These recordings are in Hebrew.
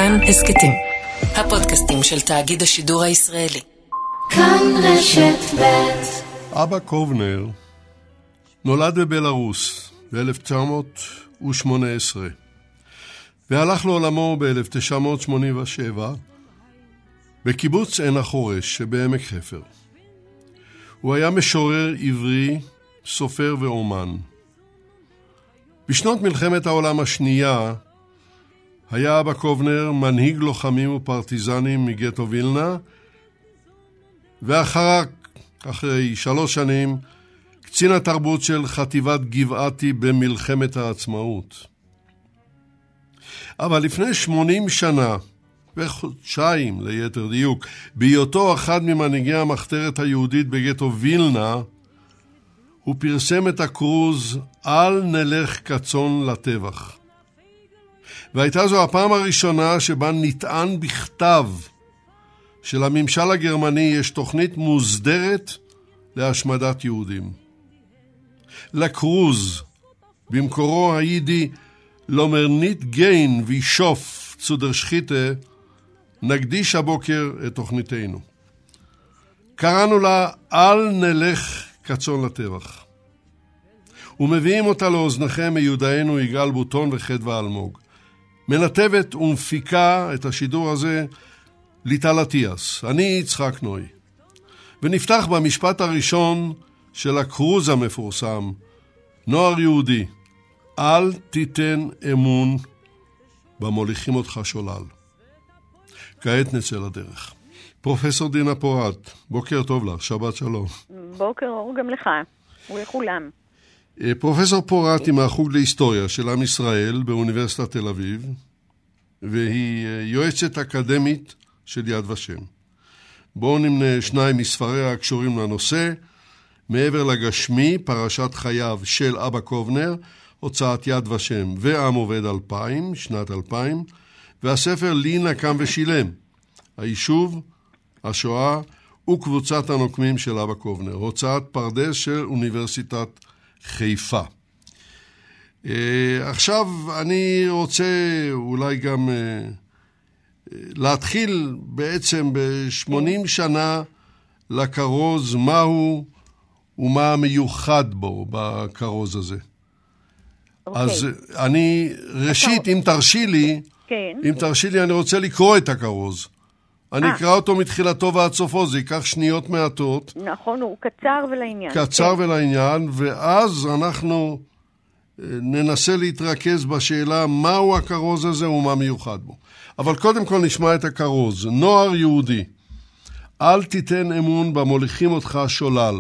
כאן הסקטים, הפודקאסטים של תאגיד השידור הישראלי. כאן רשת ב'. אבא קובנר נולד בבלרוס ב-1918 והלך לעולמו ב-1987 בקיבוץ עין החורש שבעמק חפר. הוא היה משורר עברי, סופר ואומן. בשנות מלחמת העולם השנייה היה אבא קובנר מנהיג לוחמים ופרטיזנים מגטו וילנה, אחרי 3 שנים קצין התרבות של חטיבת גבעתי במלחמת העצמאות. אבל לפני 80 שנה, וחודשיים ליתר דיוק, בהיותו אחד ממנהיגי המחתרת היהודית בגטו וילנה, הוא פרסם את הקרוז "אל נלך כצאן לטבח". והייתה זו הפעם הראשונה שבה נטען בכתב שלממשל הגרמני יש תוכנית מוסדרת להשמדת יהודים. לקרוז, במקורו היידי "לומר ניט גיין ווי שוף צו דר שחיטה", נקדיש הבוקר את תוכניתנו. קראנו לה "אל נלך כצאן לטבח", ומביאים אותה לאוזניכם מיודענו יגאל בוטון וחדווה אלמוג. מנתבת ומפיקה את השידור הזה ליטל אטיאס, אני יצחק נוי. ונפתח במשפט הראשון של הקרוז המפורסם, נוער יהודי, אל תיתן אמון במוליכים אותך שולל. כעת נצא לדרך. פרופסור דינה פורט, בוקר טוב לך, שבת שלום. בוקר אור גם לך ולכולם. פרופסור פורט היא מהחוג להיסטוריה של עם ישראל באוניברסיטת תל אביב, והיא יועצת אקדמית של יד ושם. בואו נמנה 2 מספריה הקשורים לנושא, מעבר לגשמי, פרשת חייו של אבא קובנר, הוצאת יד ושם, ועם עובד 2000, שנת 2000, והספר לי נקם ושילם, היישוב, השואה וקבוצת הנוקמים של אבא קובנר, הוצאת פרדס של אוניברסיטת חיפה. עכשיו אני רוצה אולי גם להתחיל בעצם ב-80 שנה לקרוז, מהו ומה המיוחד בו בקרוז הזה. אז אני ראשית, אם תרשי לי, אני רוצה לקרוא את הקרוז. אני אקרא אותו מתחילתו ועד סופו, זה ייקח שניות מעטות. נכון, הוא קצר ולעניין. קצר ולעניין, ואז אנחנו ננסה להתרכז בשאלה מהו הקרוז הזה ומה מיוחד בו. אבל קודם כל נשמע את הקרוז. נוער יהודי, אל תיתן אמון במוליכים אותך שולל.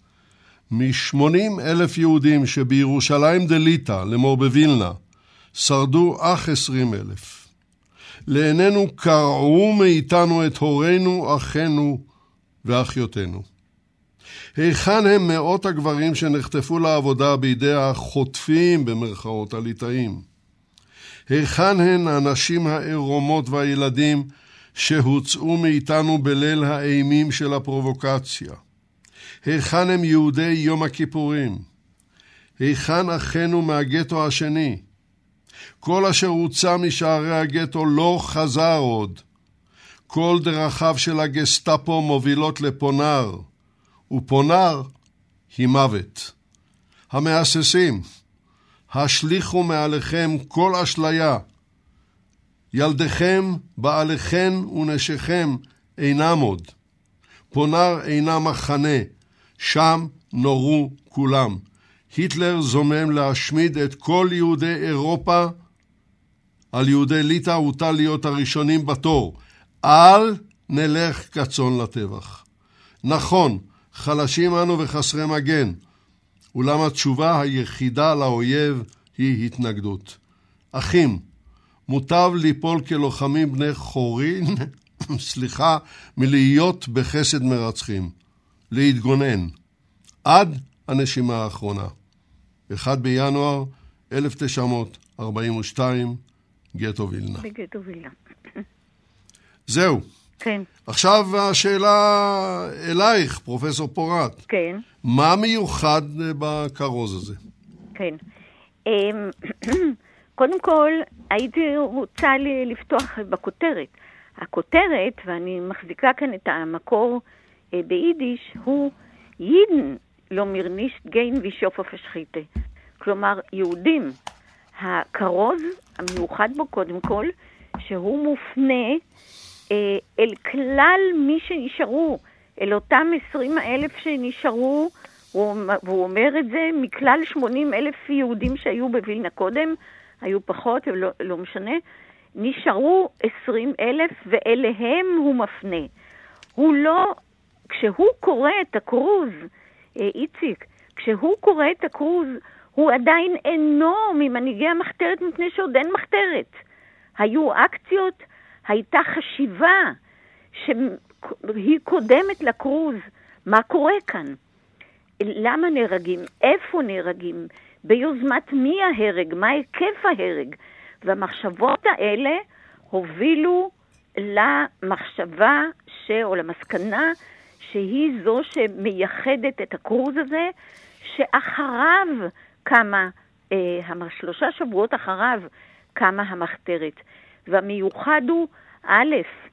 מ-80,000 יהודים שבירושלים דליטא, למור בווילנה, שרדו אך 20,000. לעינינו קרעו מאיתנו את הורינו, אחינו ואחיותינו. היכן הם מאות הגברים שנחטפו לעבודה בידי החוטפים במרכאות הליטאים? היכן הן הנשים העירומות והילדים שהוצאו מאיתנו בליל האימים של הפרובוקציה? היכן הם יהודי יום הכיפורים? היכן אחינו מהגטו השני? כל אשר הוצא משערי הגטו לא חזר עוד. כל דרכיו של הגסטאפו מובילות לפונר, ופונר היא מוות. המאססים, השליחו מעליכם כל אשליה. ילדיכם, בעליכם ונשיכם אינם עוד. פונר אינה מחנה, שם נורו כולם. היטלר זומם להשמיד את כל יהודי אירופה, על יהודי ליטא הוטל להיות הראשונים בתור. אל נלך כצאן לטבח. נכון, חלשים אנו וחסרי מגן, אולם התשובה היחידה לאויב היא התנגדות. אחים, מוטב ליפול כלוחמים בני חורין, מלהיות בחסד מרצחים, להתגונן, עד הנשימה האחרונה. 1 בינואר 1942, גטו וילנה. בגטו וילנה. זהו. כן. עכשיו השאלה אלייך, פרופסור פורט. כן. מה מיוחד בקרוז הזה? כן. קודם כל, הייתי רוצה לפתוח בכותרת. הכותרת, ואני מחזיקה כאן את המקור ביידיש, הוא יידן לא מרנישט גיין וישוף הפשחיתה. כלומר, יהודים, הכרוז המיוחד בו קודם כל, שהוא מופנה אל כלל מי שנשארו, אל אותם 20,000 שנשארו, והוא אומר את זה, מכלל 80,000 יהודים שהיו בווילנה קודם, היו פחות, לא משנה, נשארו 20,000 ואליהם הוא מפנה. הוא לא, כשהוא קורא את הכרוז, איציק, כשהוא קורא את הכרוז, הוא עדיין אינו ממנהיגי המחתרת מפני שעוד אין מחתרת. היו אקציות, הייתה חשיבה שהיא קודמת לכרוז. מה קורה כאן? למה נהרגים? איפה נהרגים? ביוזמת מי ההרג? מה היקף ההרג? והמחשבות האלה הובילו למחשבה או למסקנה שהיא זו שמייחדת את הכרוז הזה, שאחריו כמה, 3 שבועות אחריו כמה המחתרת. והמיוחד הוא, א',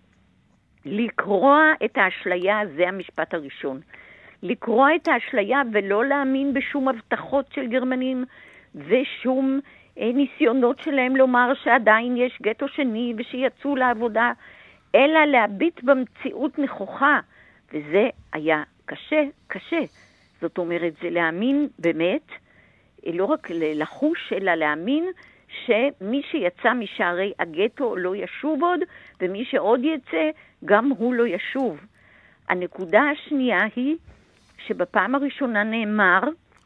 לקרוע את האשליה, זה המשפט הראשון. לקרוע את האשליה ולא להאמין בשום הבטחות של גרמנים ושום ניסיונות שלהם לומר שעדיין יש גטו שני ושיצאו לעבודה, אלא להביט במציאות נכוחה, וזה היה קשה, קשה. זאת אומרת, זה להאמין באמת, לא רק לחוש, אלא להאמין שמי שיצא משערי הגטו לא ישוב עוד, ומי שעוד יצא, גם הוא לא ישוב. הנקודה השנייה היא שבפעם הראשונה נאמר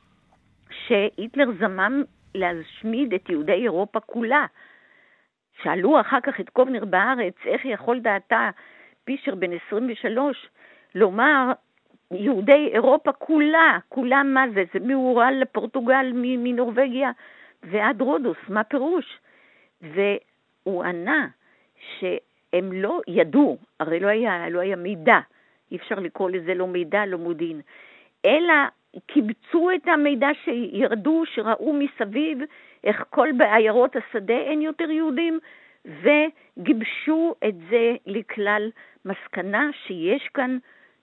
שהיטלר זמם להשמיד את יהודי אירופה כולה. שאלו אחר כך את קובנר בארץ, איך יכול דעתה פישר בן 23 לומר יהודי אירופה כולה, כולה מה זה? זה מאורל לפורטוגל, מנורווגיה ועד רודוס, מה פירוש? והוא ענה שהם לא ידעו, הרי לא היה מידע, אי אפשר לקרוא לזה לא מידע, לא מודיעין, אלא קיבצו את המידע שירדו, שראו מסביב איך כל בעיירות השדה אין יותר יהודים, וגיבשו את זה לכלל מסקנה שיש כאן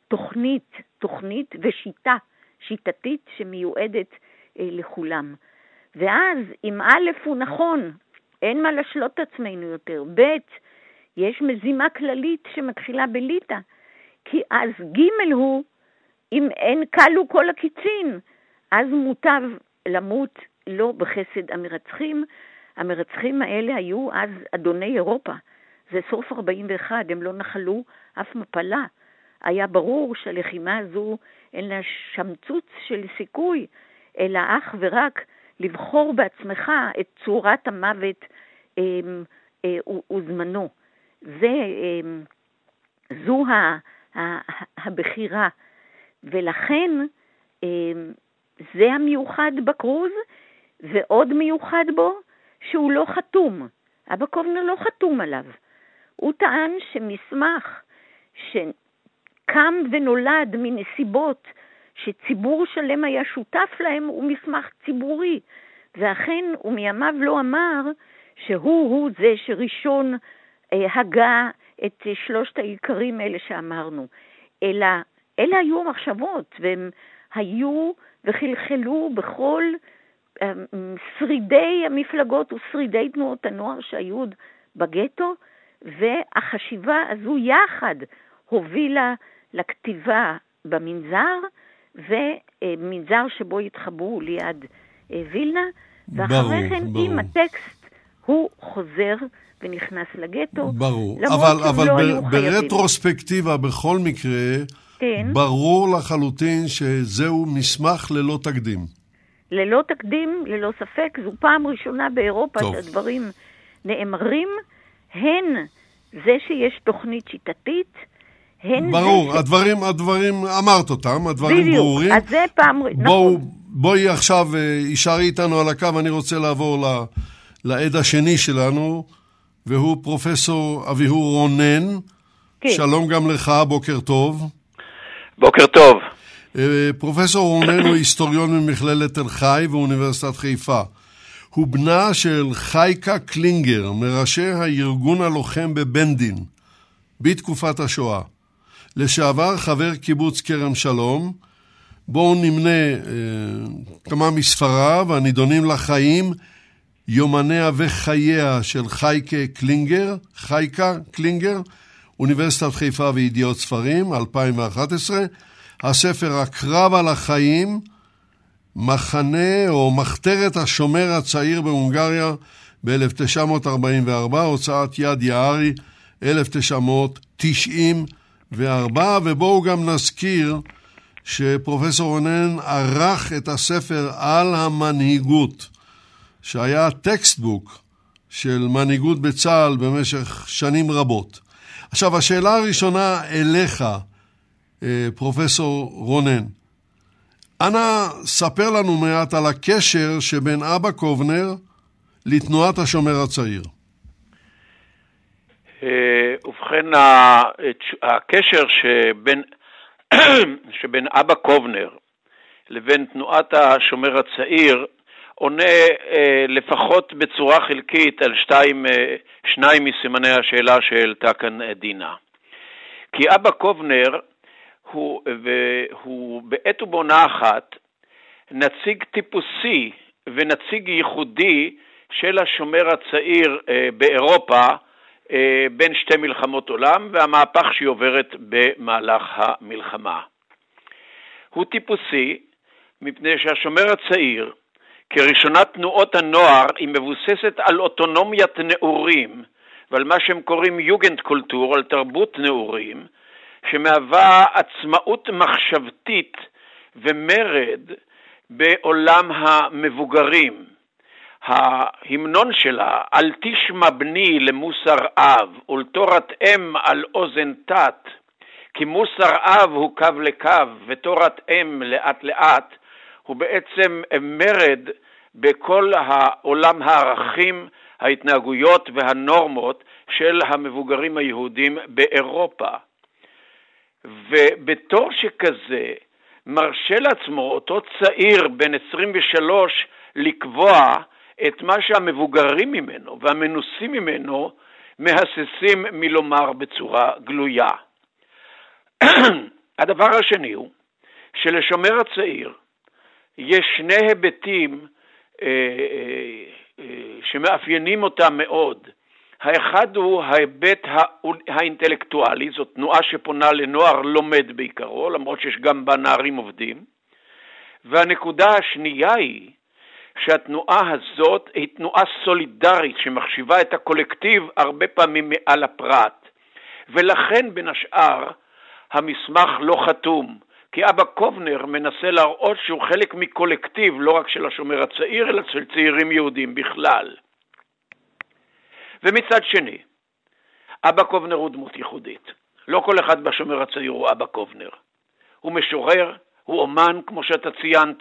תוכנית ושיטה, שיטתית שמיועדת לכולם. ואז אם א' הוא נכון, אין מה לשלוט את עצמנו יותר, ב' יש מזימה כללית שמתחילה בליטה, כי אז ג' הוא, אם אין קלו כל הקיצין, אז מוטב למות לא בחסד המרצחים. המרצחים האלה היו אז אדוני אירופה. זה סוף 41, הם לא נחלו אף מפלה. היה ברור שהלחימה הזו אין לה שמצוץ של סיכוי, אלא אך ורק לבחור בעצמך את צורת המוות וזמנו. זו הבחירה. ולכן זה המיוחד בכרוז, ועוד מיוחד בו שהוא לא חתום. אבא קובנר לא חתום עליו. הוא טען שמסמך שקם ונולד מנסיבות שציבור שלם היה שותף להם הוא מסמך ציבורי. ואכן הוא מימיו לא אמר שהוא זה שראשון הגה את 3 העיקרים האלה שאמרנו. אלא אלה היו המחשבות, והם היו וחלחלו בכל שרידי המפלגות ושרידי תנועות הנוער שהיו עוד בגטו, והחשיבה הזו יחד הובילה לכתיבה במנזר, ומנזר שבו התחברו ליד וילנה, ואחרי כן עם הטקסט הוא חוזר ונכנס לגטו. ברור, אבל ברטרוספקטיבה בכל מקרה, כן. ברור לחלוטין שזהו מסמך ללא תקדים. ללא תקדים, ללא ספק, זו פעם ראשונה באירופה שהדברים נאמרים, הן זה שיש תוכנית שיטתית, הן ברור, זה הדברים אמרת אותם, הדברים בדיוק, ברורים. אז זה פעם נכון. בואי עכשיו, יישארי איתנו על הקו, אני רוצה לעבור לעד השני שלנו, והוא פרופסור אביהור רונן. כן. שלום גם לך, בוקר טוב. בוקר טוב. פרופסור רונן הוא היסטוריון ממכללת תל חי ואוניברסיטת חיפה. הוא בנה של חייקה קלינגר, מראשי הארגון הלוחם בבנדין, בתקופת השואה. לשעבר חבר קיבוץ כרם שלום. בואו נמנה כמה מספריו הנידונים לחיים, יומניה וחייה של חייקה קלינגר, אוניברסיטת חיפה וידיעות ספרים, 2011. הספר הקרב על החיים, מחנה או מחתרת השומר הצעיר בהונגריה ב-1944, הוצאת יד יערי 1994. ובואו גם נזכיר שפרופסור רונן ערך את הספר על המנהיגות, שהיה טקסטבוק של מנהיגות בצה"ל במשך שנים רבות. עכשיו, השאלה הראשונה אליך, פרופסור רונן. אנא, ספר לנו מעט על הקשר שבין אבא קובנר לתנועת השומר הצעיר. ובכן, הקשר שבין אבא קובנר לבין תנועת השומר הצעיר עונה לפחות בצורה חלקית על שניים מסימני השאלה שהעלתה כאן דינה. כי אבא קובנר הוא בעת ובעונה אחת נציג טיפוסי ונציג ייחודי של השומר הצעיר באירופה בין שתי מלחמות עולם והמהפך שהיא עוברת במהלך המלחמה. הוא טיפוסי מפני שהשומר הצעיר כראשונת תנועות הנוער היא מבוססת על אוטונומיית נעורים ועל מה שהם קוראים יוגנד קולטור, על תרבות נעורים, שמהווה עצמאות מחשבתית ומרד בעולם המבוגרים. ההמנון שלה, אל תשמע בני למוסר אב ולתורת אם על אוזן תת, כי מוסר אב הוא קו לקו ותורת אם לאט לאט, הוא בעצם מרד בכל העולם הערכים, ההתנהגויות והנורמות של המבוגרים היהודים באירופה. ובתור שכזה מרשה לעצמו אותו צעיר בן 23 לקבוע את מה שהמבוגרים ממנו והמנוסים ממנו מהססים מלומר בצורה גלויה. הדבר השני הוא שלשומר הצעיר יש שני היבטים שמאפיינים אותם מאוד. האחד הוא ההיבט האינטלקטואלי, זאת תנועה שפונה לנוער לומד בעיקרו, למרות שיש גם בה נערים עובדים. והנקודה השנייה היא שהתנועה הזאת היא תנועה סולידרית שמחשיבה את הקולקטיב הרבה פעמים מעל הפרט. ולכן בין השאר המסמך לא חתום, כי אבא קובנר מנסה להראות שהוא חלק מקולקטיב לא רק של השומר הצעיר אלא של צעירים יהודים בכלל. ומצד שני, אבא קובנר הוא דמות ייחודית. לא כל אחד בשומר הצעיר הוא אבא קובנר. הוא משורר, הוא אומן כמו שאתה ציינת,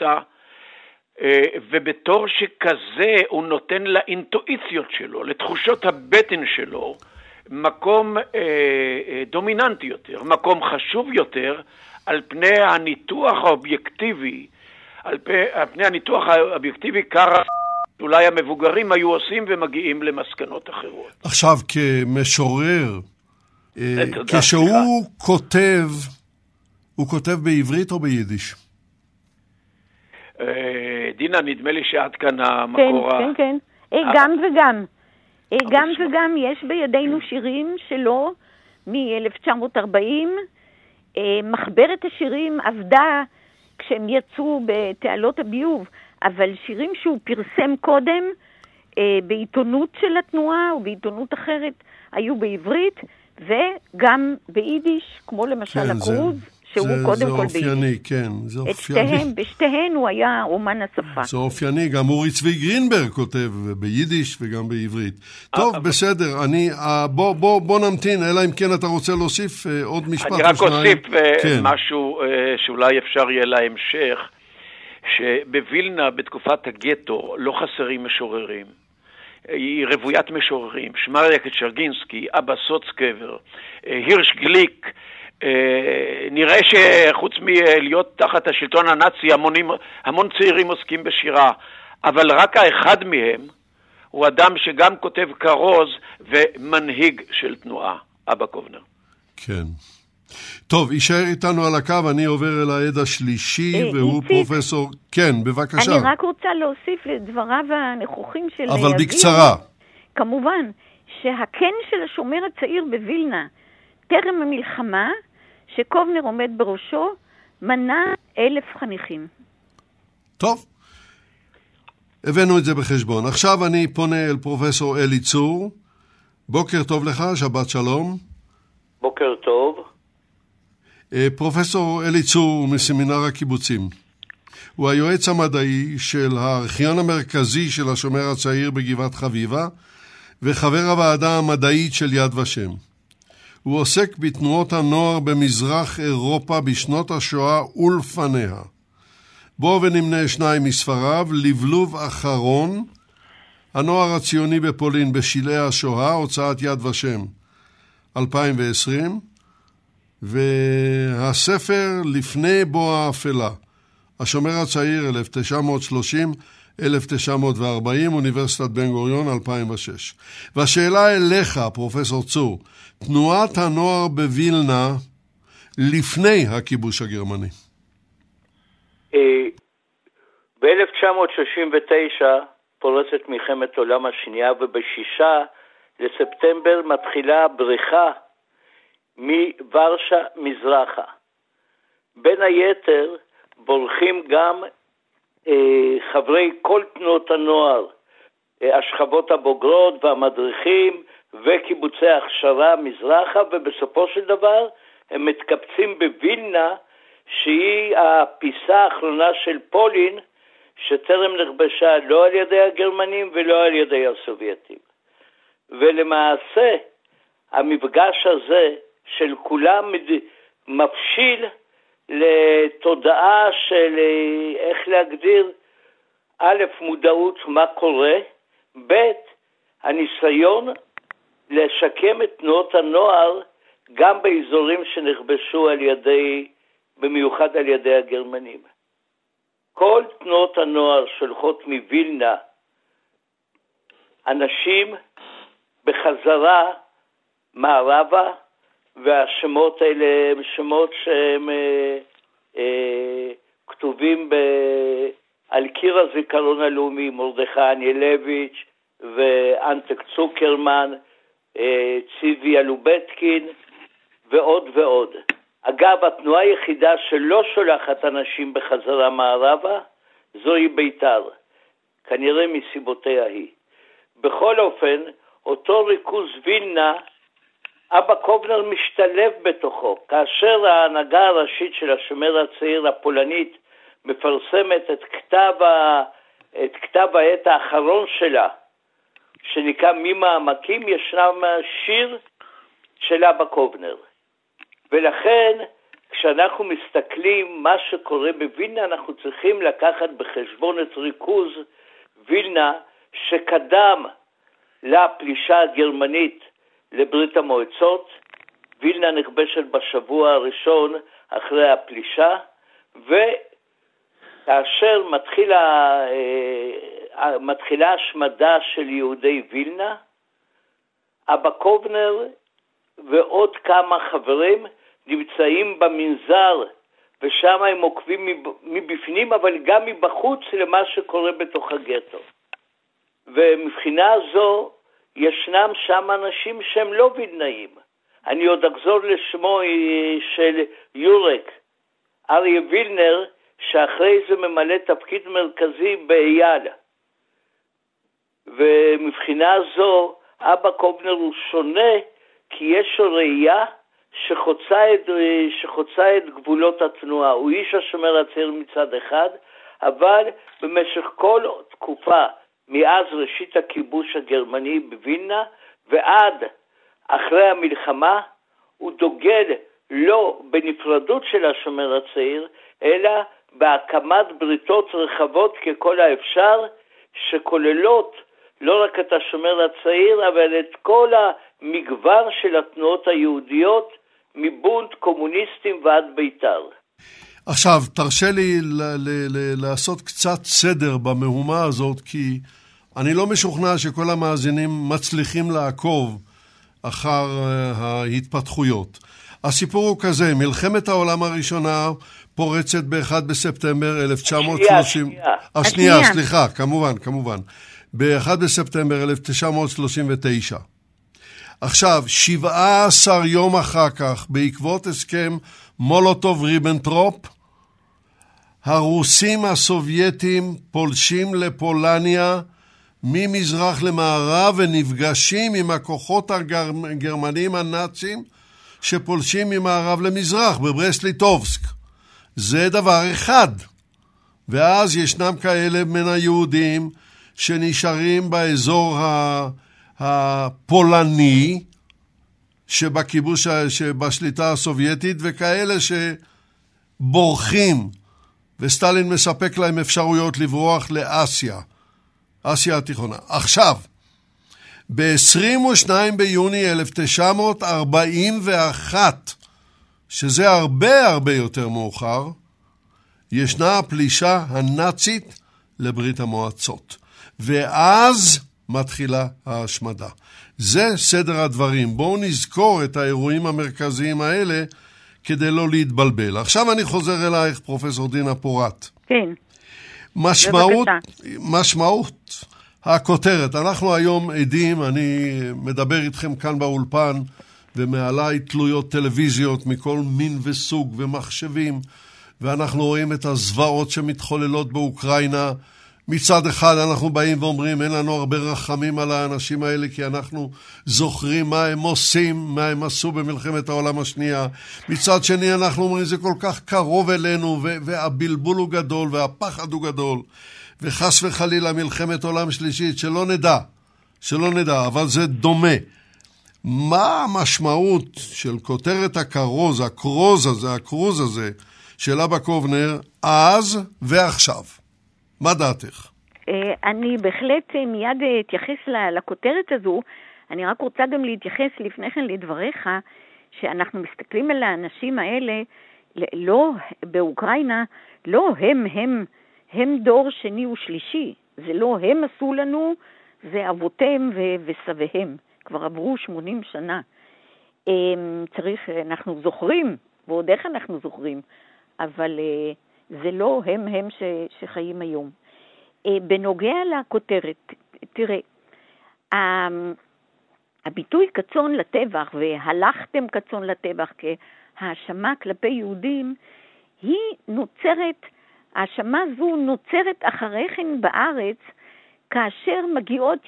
ובתור שכזה הוא נותן לאינטואיציות שלו, לתחושות הבטן שלו, מקום דומיננטי יותר, מקום חשוב יותר על פני הניתוח האובייקטיבי, על פני הניתוח האובייקטיבי קרה אולי המבוגרים היו עושים ומגיעים למסקנות אחרות. עכשיו כמשורר, כשהוא כותב, הוא כותב בעברית או ביידיש? דינה, נדמה לי שעד כאן המקור... כן, כן, כן. גם וגם. גם וגם יש בידינו שירים שלו מ-1940. מחברת השירים עבדה כשהם יצאו בתעלות הביוב, אבל שירים שהוא פרסם קודם בעיתונות של התנועה או בעיתונות אחרת היו בעברית וגם ביידיש, כמו למשל הכרוז, שהוא קודם כל ביידיש. זה אופייני, כן, זה אופייני. בשתיהן הוא היה אומן השפה. זה אופייני, גם אורי צבי גרינברג כותב ביידיש וגם בעברית. טוב, בסדר, בוא נמתין, אלא אם כן אתה רוצה להוסיף עוד משפט או שניים. אני רק אוסיף משהו שאולי אפשר יהיה להמשך, שבווילנה בתקופת הגטו לא חסרים משוררים. היא רוויית משוררים, שמריה קצ'רגינסקי, אבא סוצקבר, הירש גליק, נראה שחוץ מלהיות תחת השלטון הנאצי המון צעירים עוסקים בשירה. אבל רק האחד מהם הוא אדם שגם כותב כרוז ומנהיג של תנועה, אבא קובנר. כן. טוב, יישאר איתנו על הקו, אני עובר אל העד השלישי, והוא פרופסור... כן, בבקשה. אני רק רוצה להוסיף לדבריו הנכוחים של אבל בקצרה. כמובן, שהכן של השומר הצעיר בווילנה, טרם המלחמה, שקובנר עומד בראשו, מנה 1,000 חניכים. טוב. הבאנו את זה בחשבון. עכשיו אני פונה אל פרופסור אלי צור. בוקר טוב לך, שבת שלום. בוקר טוב. פרופסור אלי צור מסמינר הקיבוצים. הוא היועץ המדעי של הארכיון המרכזי של השומר הצעיר בגבעת חביבה, וחבר הוועדה המדעית של יד ושם. הוא עוסק בתנועות הנוער במזרח אירופה בשנות השואה ולפניה. בואו ונמנה שניים מספריו, לבלוב אחרון, הנוער הציוני בפולין בשלהי השואה, הוצאת יד ושם, 2020, והספר לפני בוא האפלה, השומר הצעיר 1930-1940, אוניברסיטת בן גוריון 2006. והשאלה אליך, פרופסור צור, תנועת הנוער בווילנה לפני הכיבוש הגרמני. ב-1939 פורצת מלחמת העולם השנייה, וב-6 לספטמבר מתחילה בריחה מוורשה מזרחה. בין היתר בורחים גם חברי כל תנועות הנוער, השכבות הבוגרות והמדריכים וקיבוצי הכשרה מזרחה, ובסופו של דבר הם מתקבצים בווילנה, שהיא הפיסה האחרונה של פולין, שטרם נכבשה לא על ידי הגרמנים ולא על ידי הסובייטים. ולמעשה המפגש הזה של כולם מבשיל לתודעה של, איך להגדיר, א', מודעות מה קורה, ב', הניסיון לשקם את תנועות הנוער גם באזורים שנכבשו על ידי, במיוחד על ידי הגרמנים. כל תנועות הנוער שולחות מווילנה אנשים בחזרה מערבה, והשמות האלה הם שמות שהם כתובים על קיר הזיכרון הלאומי, מרדכי אניאלביץ' ואנטק צוקרמן, ציבי אלובטקין ועוד ועוד. אגב, התנועה היחידה שלא שולחת אנשים בחזרה מערבה, זוהי בית"ר, כנראה מסיבותיה היא. בכל אופן, אותו ריכוז וילנה, אבא קובנר משתלב בתוכו. כאשר ההנהגה הראשית של השומר הצעיר הפולנית מפרסמת את כתב העת האחרון שלה, שנקרא ממעמקים, ישנם שיר של אבא קובנר. ולכן, כשאנחנו מסתכלים מה שקורה בווילנה, אנחנו צריכים לקחת בחשבון את ריכוז וילנה שקדם לפלישה הגרמנית לברית המועצות. וילנה נכבשת בשבוע הראשון אחרי הפלישה, וכאשר מתחילה השמדה של יהודי וילנה, אבא קובנר ועוד כמה חברים נמצאים במנזר, ושם הם עוקבים מבפנים אבל גם מבחוץ למה שקורה בתוך הגטו. ומבחינה זו ישנם שם אנשים שהם לא וילנאים. אני עוד אחזור לשמו של יורק, אריה וילנר, שאחרי זה ממלא תפקיד מרכזי באייל. ומבחינה זו אבא קובנר הוא שונה, כי יש לו ראייה שחוצה את גבולות התנועה. הוא איש השומר הצעיר מצד אחד, אבל במשך כל תקופה, מאז ראשית הכיבוש הגרמני בווילנה ועד אחרי המלחמה, הוא דוגל לא בנפרדות של השומר הצעיר, אלא בהקמת בריתות רחבות ככל האפשר, שכוללות לא רק את השומר הצעיר, אבל את כל המגוון של התנועות היהודיות, מבונט, קומוניסטים ועד בית"ר. עכשיו, תרשה לי לעשות קצת סדר במהומה הזאת, כי אני לא משוכנע שכל המאזינים מצליחים לעקוב אחר ההתפתחויות. הסיפור הוא כזה, מלחמת העולם הראשונה פורצת ב-1 בספטמבר 1930... השנייה, סליחה, כמובן. ב-1 בספטמבר 1939. עכשיו, 17 יום אחר כך, בעקבות הסכם מולוטוב-ריבנטרופ, הרוסים הסובייטים פולשים לפולניה ממזרח למערב ונפגשים עם הכוחות הגרמנים הנאצים שפולשים ממערב למזרח בברסט-ליטובסק. זה דבר אחד. ואז ישנם כאלה מן היהודים שנשארים באזור הפולני שבכיבוש, שבשליטה הסובייטית, וכאלה שבורחים, וסטלין מספק להם אפשרויות לברוח לאסיה, אסיה התיכונה. עכשיו, ב-22 ביוני 1941, שזה הרבה יותר מאוחר, ישנה הפלישה הנאצית לברית המועצות. ואז מתחילה ההשמדה. זה סדר הדברים. בואו נזכור את האירועים המרכזיים האלה כדי לא להתבלבל. עכשיו אני חוזר אלייך, פרופסור דינה פורת. כן. משמעות הכותרת. אנחנו היום עדים, אני מדבר איתכם כאן באולפן, ומעליי תלויות טלוויזיות מכל מין וסוג ומחשבים, ואנחנו רואים את הזוועות שמתחוללות באוקראינה. מצד אחד אנחנו באים ואומרים, אין לנו הרבה רחמים על האנשים האלה, כי אנחנו זוכרים מה הם עושים, מה הם עשו במלחמת העולם השנייה. מצד שני אנחנו אומרים, זה כל כך קרוב אלינו, והבלבול הוא גדול, והפחד הוא גדול, וחס וחלילה מלחמת עולם שלישית, שלא נדע, אבל זה דומה. מה המשמעות של כותרת הכרוז הזה, של אבא קובנר, אז ועכשיו? מה דעתך? אני בהחלט מיד אתייחס לכותרת הזו. אני רק רוצה גם להתייחס לפני כן לדבריך, שאנחנו מסתכלים על האנשים האלה, לא באוקראינה, לא הם דור שני ושלישי. זה לא הם עשו לנו, זה אבותיהם וסביהם. כבר עברו 80 שנה. אנחנו זוכרים, ועוד איך אנחנו זוכרים, אבל זה לא הם שחיים היום. בנוגע לכותרת, תראה, הביטוי קצון לטבח, והלכתם קצון לטבח כהאשמה כלפי יהודים, ההאשמה זו נוצרת אחרי כן בארץ, כאשר מגיעות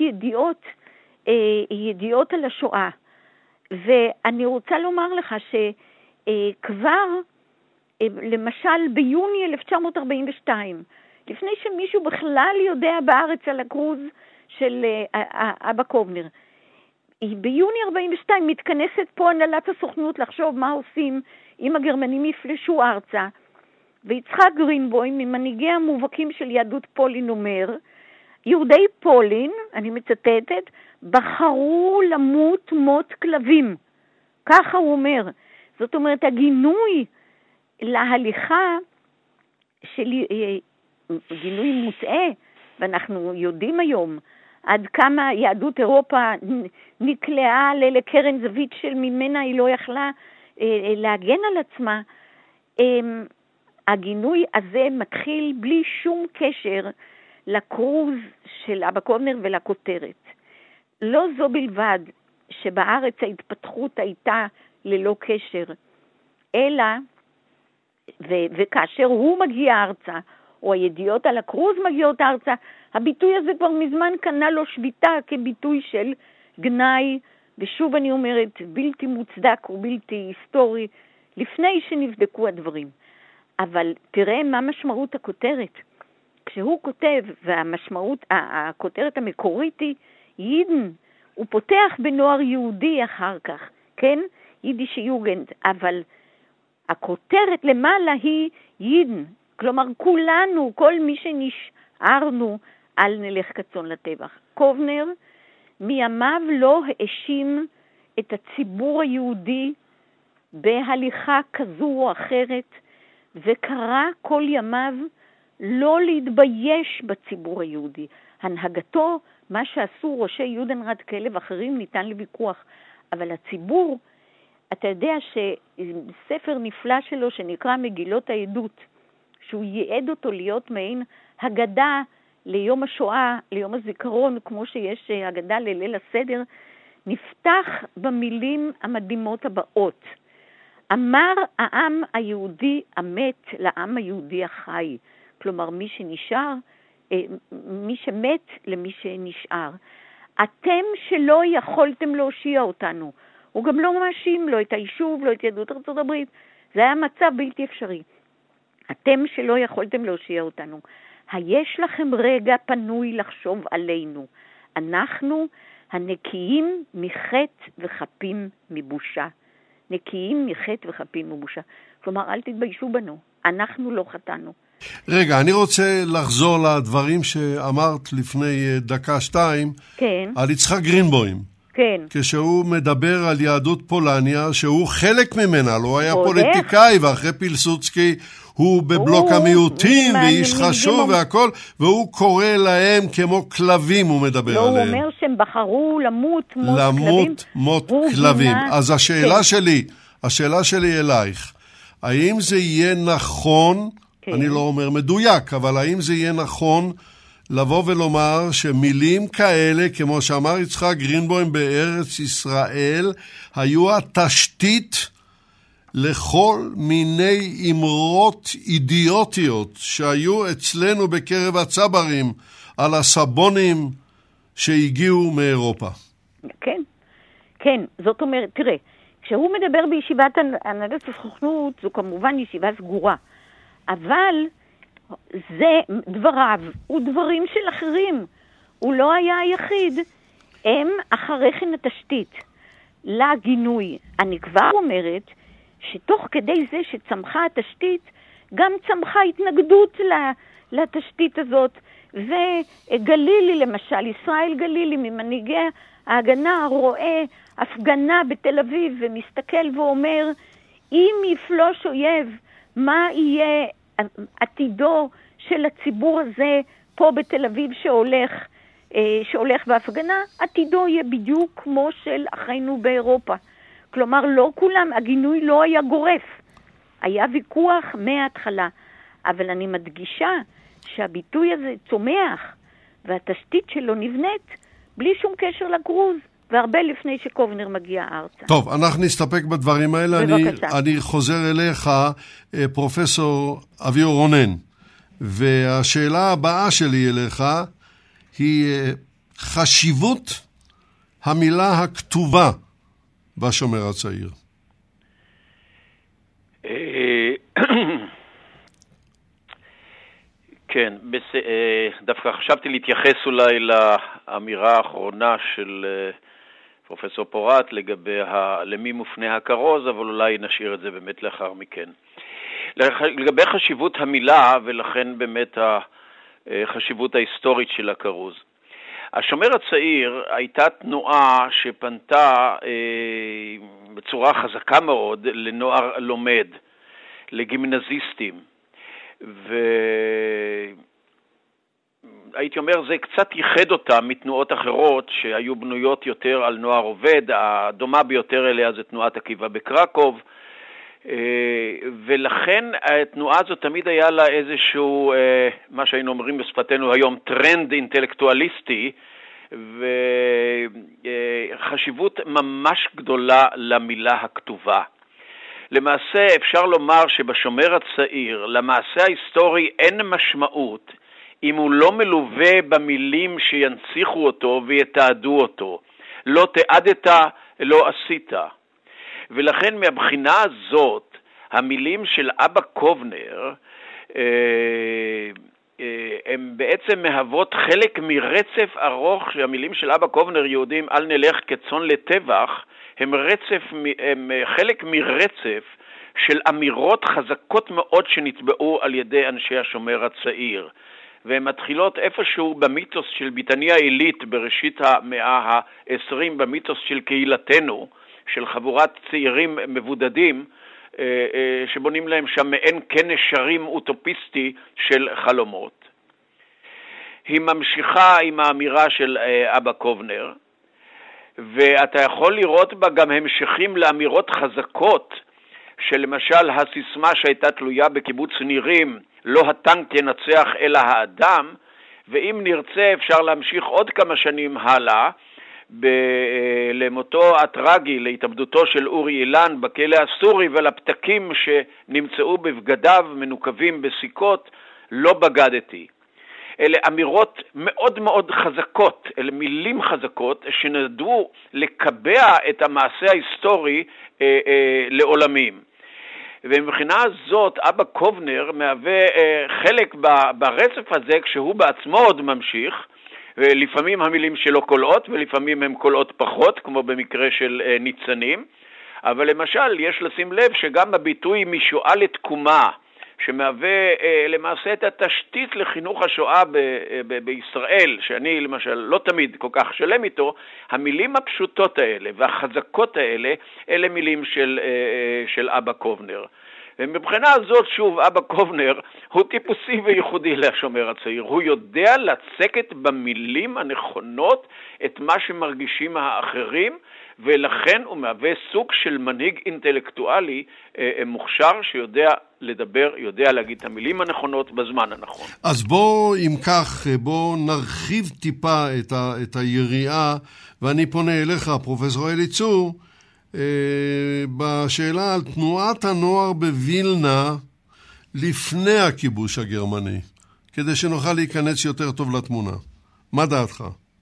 ידיעות על השואה. ואני רוצה לומר לך שכבר, למשל ביוני 1942, לפני שמישהו בכלל יודע בארץ על הקרוז של אבא קובנר, ביוני 42 מתכנסת פה הנהלת הסוכנות לחשוב מה עושים אם הגרמנים יפלשו ארצה, ויצחק גרינבוים, ממנהיגי המובהקים של יהדות פולין, אומר, יהודי פולין, אני מצטטת, בחרו למות מות כלבים. ככה הוא אומר. זאת אומרת, הגינוי להליכה של גינוי מוטעה, ואנחנו יודעים היום עד כמה יהדות אירופה נקלעה לקרן זווית של ממנה היא לא יכלה להגן על עצמה. הגינוי הזה מתחיל בלי שום קשר לקרוז של אבא קובנר ולכותרת. לא זו בלבד שבארץ ההתפתחות הייתה ללא קשר, אלא, וכאשר הוא מגיע ארצה, או הידיעות על הקרוז מגיעות ארצה, הביטוי הזה כבר מזמן קנה לו שביטה כביטוי של גנאי, ושוב אני אומרת, בלתי מוצדק ובלתי היסטורי, לפני שנבדקו הדברים. אבל תראה מה משמעות הכותרת. כשהוא כותב, והמשמעות, הכותרת המקורית היא יידן, הוא פותח בנוער יהודי אחר כך, כן? יידיש יוגנד, אבל הכותרת למעלה היא יידן, כלומר כולנו, כל מי שנשארנו, אל נלך קצון לטבח. קובנר מימיו לא האשים את הציבור היהודי בהליכה כזו או אחרת, וקרא כל ימיו לא להתבייש בציבור היהודי. הנהגתו, מה שעשו ראשי יודנראט כאלה ואחרים ניתן לוויכוח, אבל הציבור, אתה יודע שספר נפלא שלו שנקרא מגילות העדות, שהוא ייעד אותו להיות מעין הגדה ליום השואה, ליום הזיכרון, כמו שיש הגדה לליל הסדר, נפתח במילים המדהימות הבאות. אמר העם היהודי המת לעם היהודי החי. כלומר, מי שנשאר, מי שמת למי שנשאר. אתם שלא יכולתם להושיע אותנו. הוא גם לא מאשים, לא את היישוב, לא את יהדות ארצות הברית. זה היה מצב בלתי אפשרי. אתם שלא יכולתם להושיע אותנו. היש לכם רגע פנוי לחשוב עלינו. אנחנו הנקיים מחטא וחפים מבושה. נקיים מחטא וחפים מבושה. כלומר, אל תתביישו בנו. אנחנו לא חטאנו. רגע, אני רוצה לחזור לדברים שאמרת לפני דקה-שתיים, כן. על יצחק גרינבוים. כן. כשהוא מדבר על יהדות פולניה, שהוא חלק ממנה, לא היה פוליטיקאי, ואחרי פילסוצקי הוא בבלוק המיעוטים, ואיש חשוב והכל, והוא קורא להם כמו כלבים, הוא מדבר עליהם. לא, הוא אומר שהם בחרו למות מות כלבים. למות מות כלבים. אז השאלה שלי אלייך, האם זה יהיה נכון, אני לא אומר מדויק, אבל האם זה יהיה נכון לבוא ולומר שמילים כאלה, כמו שאמר יצחק גרינבוים בארץ ישראל, היו התשתית לכל מיני אמרות אידיוטיות שהיו אצלנו בקרב הצברים על הסבונים שהגיעו מאירופה? כן, כן, זאת אומרת, תראה, כשהוא מדבר בישיבת הנהגת הסוכנות, זו כמובן ישיבה סגורה, אבל זה דבריו ודברים של אחרים. הוא לא היה היחיד. הם אחרי כן התשתית לגינוי. אני כבר אומרת שתוך כדי זה שצמחה התשתית, גם צמחה התנגדות לתשתית הזאת. וגלילי למשל, ישראל גלילי ממנהיגי ההגנה, רואה הפגנה בתל אביב ומסתכל ואומר, אם יפלוש אויב, מה יהיה עתידו של הציבור הזה פה בתל אביב שהולך בהפגנה? עתידו יהיה בדיוק כמו של אחינו באירופה. כלומר, לא כולם, הגינוי לא היה גורף. היה ויכוח מההתחלה. אבל אני מדגישה שהביטוי הזה צומח, והתשתית שלו נבנית בלי שום קשר לקרוז, והרבה לפני שקובנר מגיע ארצה. טוב, אנחנו נסתפק בדברים האלה. אני חוזר אליך, פרופסור אביהו רונן, והשאלה הבאה שלי אליך היא חשיבות המילה הכתובה בשומר הצעיר. כן, דווקא חשבתי להתייחס אולי לאמירה האחרונה של פרופסור פורט לגבי למי מופנה הכרוז, אבל אולי נשאיר את זה באמת לאחר מכן. לגבי חשיבות המילה, ולכן באמת החשיבות ההיסטורית של הכרוז. השומר הצעיר הייתה תנועה שפנתה בצורה חזקה מאוד לנוער לומד, לגימנזיסטים, והייתי אומר, זה קצת ייחד אותה מתנועות אחרות שהיו בנויות יותר על נוער עובד. הדומה ביותר אליה זה תנועת עקיבא בקרקוב, ולכן התנועה הזאת תמיד היה לה איזשהו, מה שהיינו אומרים בשפתנו היום, טרנד אינטלקטואליסטי, וחשיבות ממש גדולה למילה הכתובה. למעשה אפשר לומר שבשומר הצעיר, למעשה ההיסטורי אין משמעות אם הוא לא מלווה במילים שינציחו אותו ויתעדו אותו. לא תעדת, לא עשית. ולכן מהבחינה הזאת, המילים של אבא קובנר, הם בעצם מהוות חלק מרצף ארוך, שהמילים של אבא קובנר, יהודים אל נלך כצאן לטבח, הם חלק מרצף של אמירות חזקות מאוד שנטבעו על ידי אנשי השומר הצעיר. והן מתחילות איפשהו במיתוס של ביתניה עילית בראשית המאה ה-20, במיתוס של קהילתנו, של חבורת צעירים מבודדים, שבונים להם שם מעין כנס שרים אוטופיסטי של חלומות. היא ממשיכה עם האמירה של אבא קובנר, ואתה יכול לראות בה גם המשכים לאמירות חזקות, שלמשל הסיסמה שהייתה תלויה בקיבוץ נירים, לא הטנק ינצח אלא האדם, ואם נרצה אפשר להמשיך עוד כמה שנים הלאה, למותו הטרגי, להתאבדותו של אורי אילן בכלא הסורי ולפתקים שנמצאו בבגדיו מנוקבים בסיכות, לא בגדתי. אלה אמירות מאוד מאוד חזקות, אלה מילים חזקות שנדעו לקבע את המעשה ההיסטורי לעולמים. ומבחינה זאת אבא קובנר מהווה חלק ברצף הזה, כשהוא בעצמו עוד ממשיך, ולפעמים המילים שלו קולעות ולפעמים הם קולעות פחות, כמו במקרה של ניצנים. אבל למשל יש לשים לב שגם הביטוי משואה לתקומה, שמהווה למעשה את התשתית לחינוך השואה בישראל, שאני למשל לא תמיד כל כך שלם איתו, המילים הפשוטות האלה והחזקות האלה, אלה מילים של אבא קובנר. ומבחינה הזאת, שוב, אבא קובנר הוא טיפוסי וייחודי לשומר הצעיר. הוא יודע לצקת במילים הנכונות את מה שמרגישים האחרים, ולכן הוא מהווה סוג של מנהיג אינטלקטואלי מוכשר שיודע לדבר, יודע להגיד את המילים הנכונות בזמן הנכון. אז בוא, אם כך, בוא נרחיב טיפה את היריעה, ואני פונה אליך, פרופסור אליצור, בשאלה על תנועת הנוער בווילנה לפני הכיבוש הגרמני, כדי שנוכל להיכנס יותר טוב לתמונה. מה דעתך?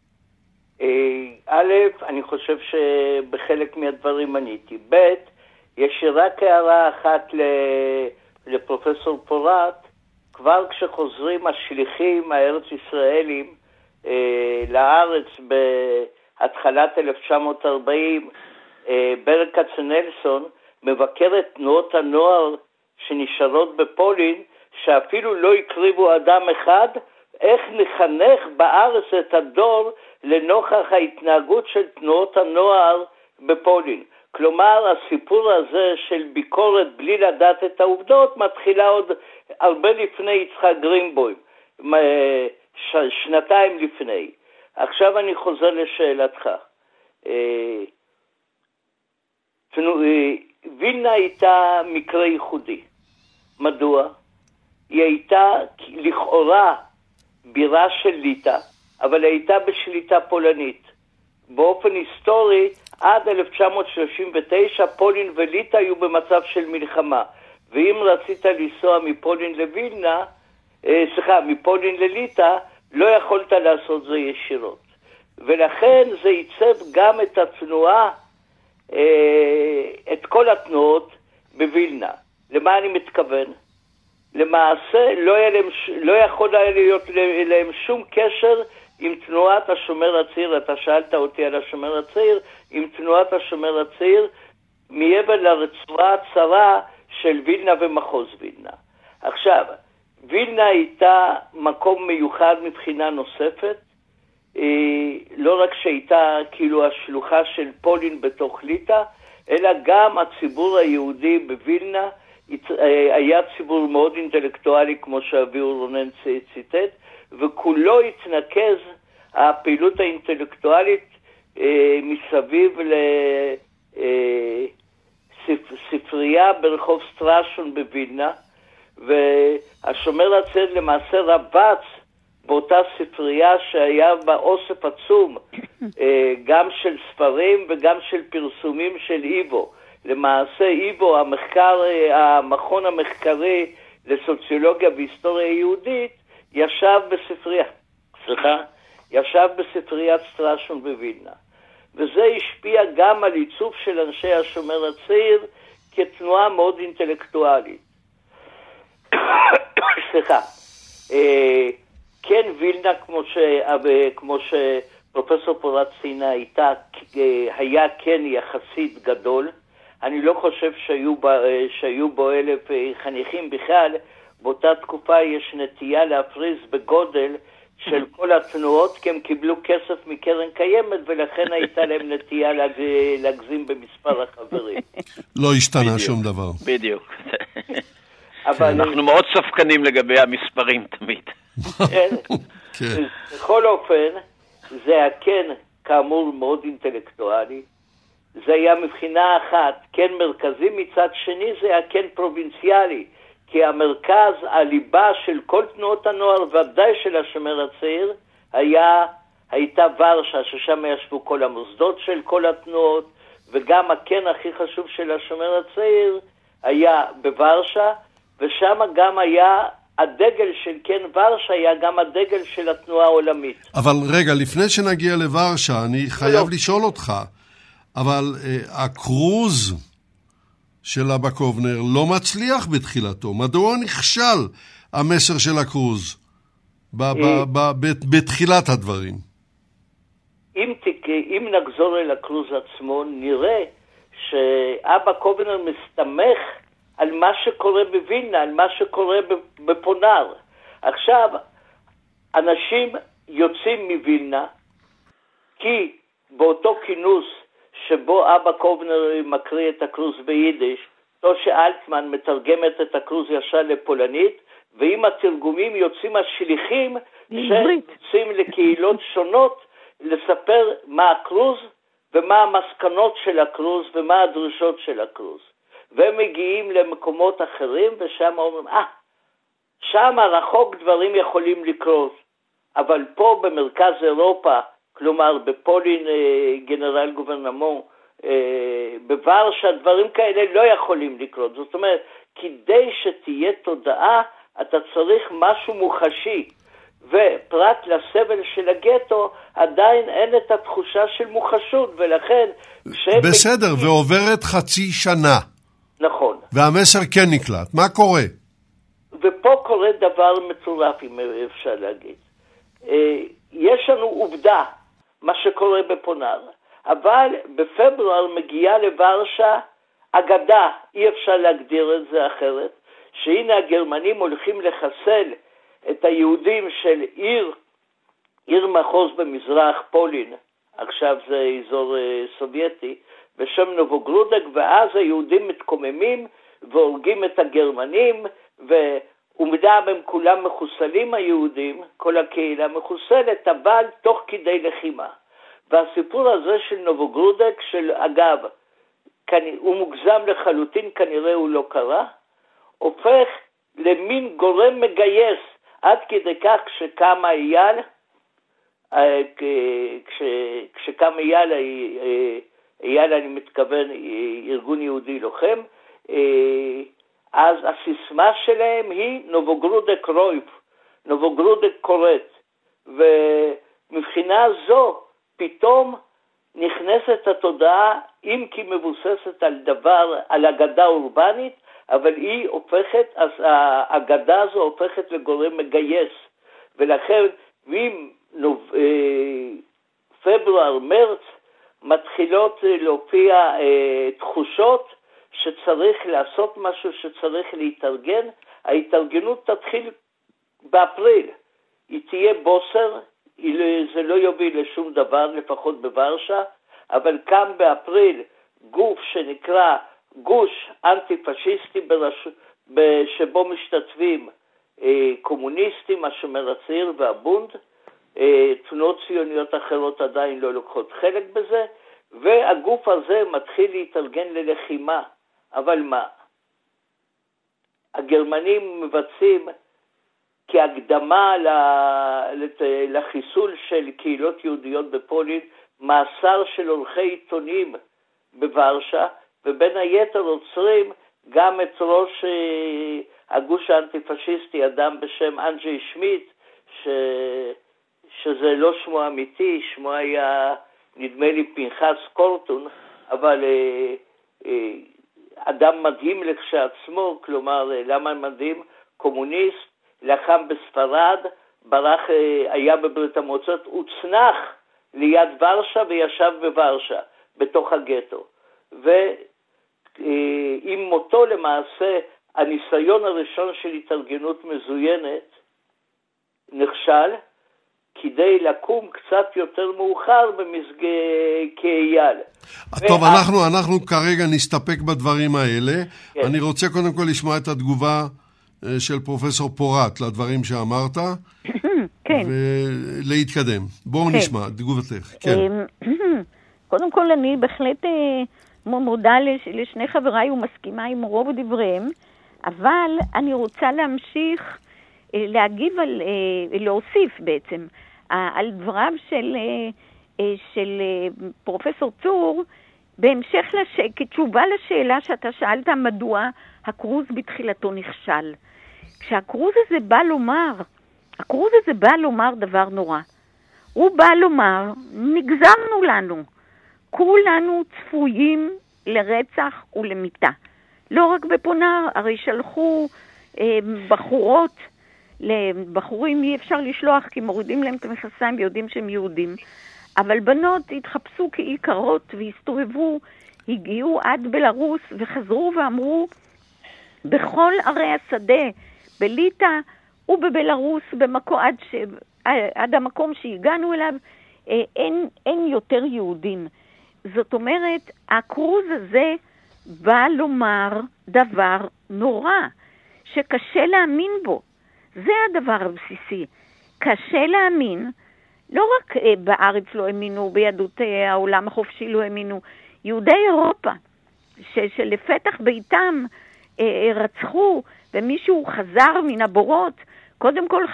א', אני חושב שבחלק מהדברים עניתי. ב', יש רק הערה אחת לפרופסור פורט. כבר כשחוזרים השליחים הארץ ישראלים לארץ בהתחלת 1940, ברל כצנלסון מבקר את תנועות הנוער שנשארות בפולין, שאפילו לא הקריבו אדם אחד. איך נחנך בארץ את הדור לנוכח ההתנהגות של תנועות הנוער בפולין. כלומר, הסיפור הזה של ביקורת בלי לדעת את העובדות מתחילה עוד הרבה לפני יצחק גרינבוים, שנתיים לפני. עכשיו אני חוזר לשאלתך. וילנה הייתה מקרה ייחודי. מדוע? היא הייתה לכאורה בירה של ליטא, אבל הייתה בשליטה פולנית. באופן היסטורי, עד 1939 פולין וליטא היו במצב של מלחמה. ואם רצית לנסוע מפולין לווילנה, מפולין לליטא, לא יכולת לעשות זה ישירות. ולכן זה ייצב גם את התנועה, את כל התנועות בווילנה. למה אני מתכוון? למעשה לא יכול היה להיות להם שום קשר עם תנועת השומר הצעיר. אתה שאלת אותי על השומר הצעיר, עם תנועת השומר הצעיר מעבר לרצועה הצרה של וילנה ומחוז וילנה. עכשיו, וילנה הייתה מקום מיוחד מבחינה נוספת, לא רק שהייתה כאילו השלוחה של פולין בתוך ליטא, אלא גם הציבור היהודי בווילנה היה ציבור מאוד אינטלקטואלי, כמו שאביהו רונן ציטט, וכולו התנקז הפעילות האינטלקטואלית מסביב לספרייה ברחוב סטרשון בווילנה, והשומר הצעיר למעשה רבץ באותה ספרייה שהיה בה אוסף עצום, גם של ספרים וגם של פרסומים של איבו. למעשה איבו, המכון המחקרי לסוציולוגיה והיסטוריה יהודית, ישב בספריית סטרשון בווילנה. וזה השפיע גם על עיצוב של אנשי השומר הצעיר כתנועה מאוד אינטלקטואלית. כן, וילנה, כמו שפרופסור פורט ציינה, היה כן יחסית גדול. אני לא חושב שהיו בו 1,000 חניכים בכלל. באותה תקופה יש נטייה להפריז בגודל של כל התנועות, כי הם קיבלו כסף מקרן קיימת, ולכן הייתה להם נטייה להגזים במספר החברים. לא השתנה שום דבר. בדיוק. אנחנו מאוד ספקנים לגבי המספרים תמיד. בכל אופן, זה היה כן, כאמור, מאוד אינטלקטואלי. זה היה מבחינה אחת, כן מרכזי, מצד שני זה היה כן פרובינציאלי. כי המרכז, הליבה של כל תנועות הנוער, ודאי של השומר הצעיר, הייתה ורשה, ששם ישבו כל המוסדות של כל התנועות, וגם הכן הכי חשוב של השומר הצעיר היה בוורשה, ושם גם היה הדגל של כן ורשה, היה גם הדגל של התנועה העולמית. אבל רגע, לפני שנגיע לוורשה, אני חייב לשאול אותך, אבל הקרוז של אבא קובנר לא מצליח בתחילתו. מדוע נכשל המסר של הקרוז בתחילת הדברים? אם נחזור אל הקרוז עצמו, נראה שאבא קובנר מסתמך על מה שקורה בווילנה, על מה שקורה בפונר. עכשיו, אנשים יוצאים מווילנה, כי באותו כינוס שבו אבא קובנר מקריא את הקרוז ביידיש, טושה אלטמן מתרגמת את הקרוז ישר לפולנית, ועם התרגומים יוצאים השליחים שיוצאים לקהילות שונות לספר מה הקרוז ומה המסקנות של הקרוז ומה הדרישות של הקרוז. והם מגיעים למקומות אחרים ושם אומרים, שם רחוק דברים יכולים לקרות, אבל פה במרכז אירופה, כלומר בפולין גנרל גוברנמון, בוורשה, דברים כאלה לא יכולים לקרות. זאת אומרת, כדי שתהיה תודעה, אתה צריך משהו מוחשי. ופרט לסבל של הגטו, עדיין אין את התחושה של מוחשות, ולכן... בסדר, ועוברת חצי שנה. נכון. והמסר כן נקלט. מה קורה? ופה קורה דבר מצורף, אם אפשר להגיד. יש לנו עובדה, מה שקורה בפונר. אבל בפברואר מגיעה לוורשה אגדה, אי אפשר להגדיר את זה אחרת, שהנה הגרמנים הולכים לחסל את היהודים של עיר מחוז במזרח פולין, עכשיו זה אזור סובייטי, בשם נובוגרודק, ואז היהודים מתקוממים והורגים את הגרמנים, ומדם הם כולם מחוסלים היהודים, כל הקהילה מחוסלת, אבל תוך כדי לחימה. והסיפור הזה של נובוגרודק, אגב, הוא מוגזם לחלוטין, כנראה הוא לא קרה, הופך למין גורם מגייס, עד כדי כך כשקם אייל, כשקם אייל אני מתכוון ארגון יהודי לוחם, אז הסיסמה שלהם היא נובוגרודק רויף, נובוגרודק קורט, ומבחינה זו פתאום נכנסת התודעה, אם כי מבוססת על אגדה אורבנית, אבל היא הופכת, אז האגדה הזו הופכת לגורם מגייס, ולכן אם פברואר, מרץ, מתחילות להופיע תחושות שצריך לעשות משהו, שצריך להתארגן. ההתארגנות תתחיל באפריל, היא תהיה בוסר, זה לא יוביל לשום דבר, לפחות בוורשה, אבל קם באפריל גוף שנקרא גוש אנטי-פשיסטי שבו משתתפים קומוניסטים, השומר הצעיר והבונד, תנועות ציוניות אחרות עדיין לא לוקחות חלק בזה, והגוף הזה מתחיל להתארגן ללחימה. אבל מה? הגרמנים מבצעים כהקדמה לחיסול של קהילות יהודיות בפולין, מאסר של עורכי עיתונים בוורשה, ובין היתר עוצרים גם את ראש הגוש האנטי-פשיסטי, אדם בשם אנג'י שמיט, שזה לא שמו אמיתי, שמו היה נדמה לי פנחס קורטון, אבל אדם מדהים לכשעצמו, כלומר למה מדהים? קומוניסט, לחם בספרד, ברח, היה בברית המועצות, הוצנח ליד ורשה וישב בוורשה, בתוך הגטו. ועם מותו למעשה, הניסיון הראשון של התארגנות מזוינת נכשל, כדי לקום קצת יותר מאוחר כאייל. טוב, אנחנו כרגע נסתפק בדברים האלה. כן. אני רוצה קודם כל לשמוע את התגובה של פרופסור פורט לדברים שאמרת, כן. ולהתקדם. בואו כן. נשמע, תגובתך. כן. קודם כל אני בהחלט מודה לשני חבריי ומסכימה עם רוב דבריהם, אבל אני רוצה להמשיך להגיב להוסיף בעצם על דבריו של פרופסור צור, בהמשך כתשובה לשאלה שאתה שאלת מדוע הקרוז בתחילתו נכשל. כשהקרוז הזה בא לומר דבר נורא. הוא בא לומר, נגזרנו לנו, כולנו צפויים לרצח ולמיתה. לא רק בפונר, הרי שלחו בחורות, לבחורים אי אפשר לשלוח כי מורידים להם את המכנסיים ויודעים שהם יהודים. אבל בנות התחפשו כעיקרות והסתובבו, הגיעו עד בלרוס וחזרו ואמרו, בכל ערי השדה, בליטא ובבלרוס, עד המקום שהגענו אליו, אין יותר יהודים. זאת אומרת, הקרוז הזה בא לומר דבר נורא, שקשה להאמין בו. זה הדבר הבסיסי. קשה להאמין, לא רק בארץ לא האמינו, ביהדות העולם החופשי לא האמינו, יהודי אירופה, שלפתח ביתם רצחו, ומישהו חזר מן הבורות, קודם כל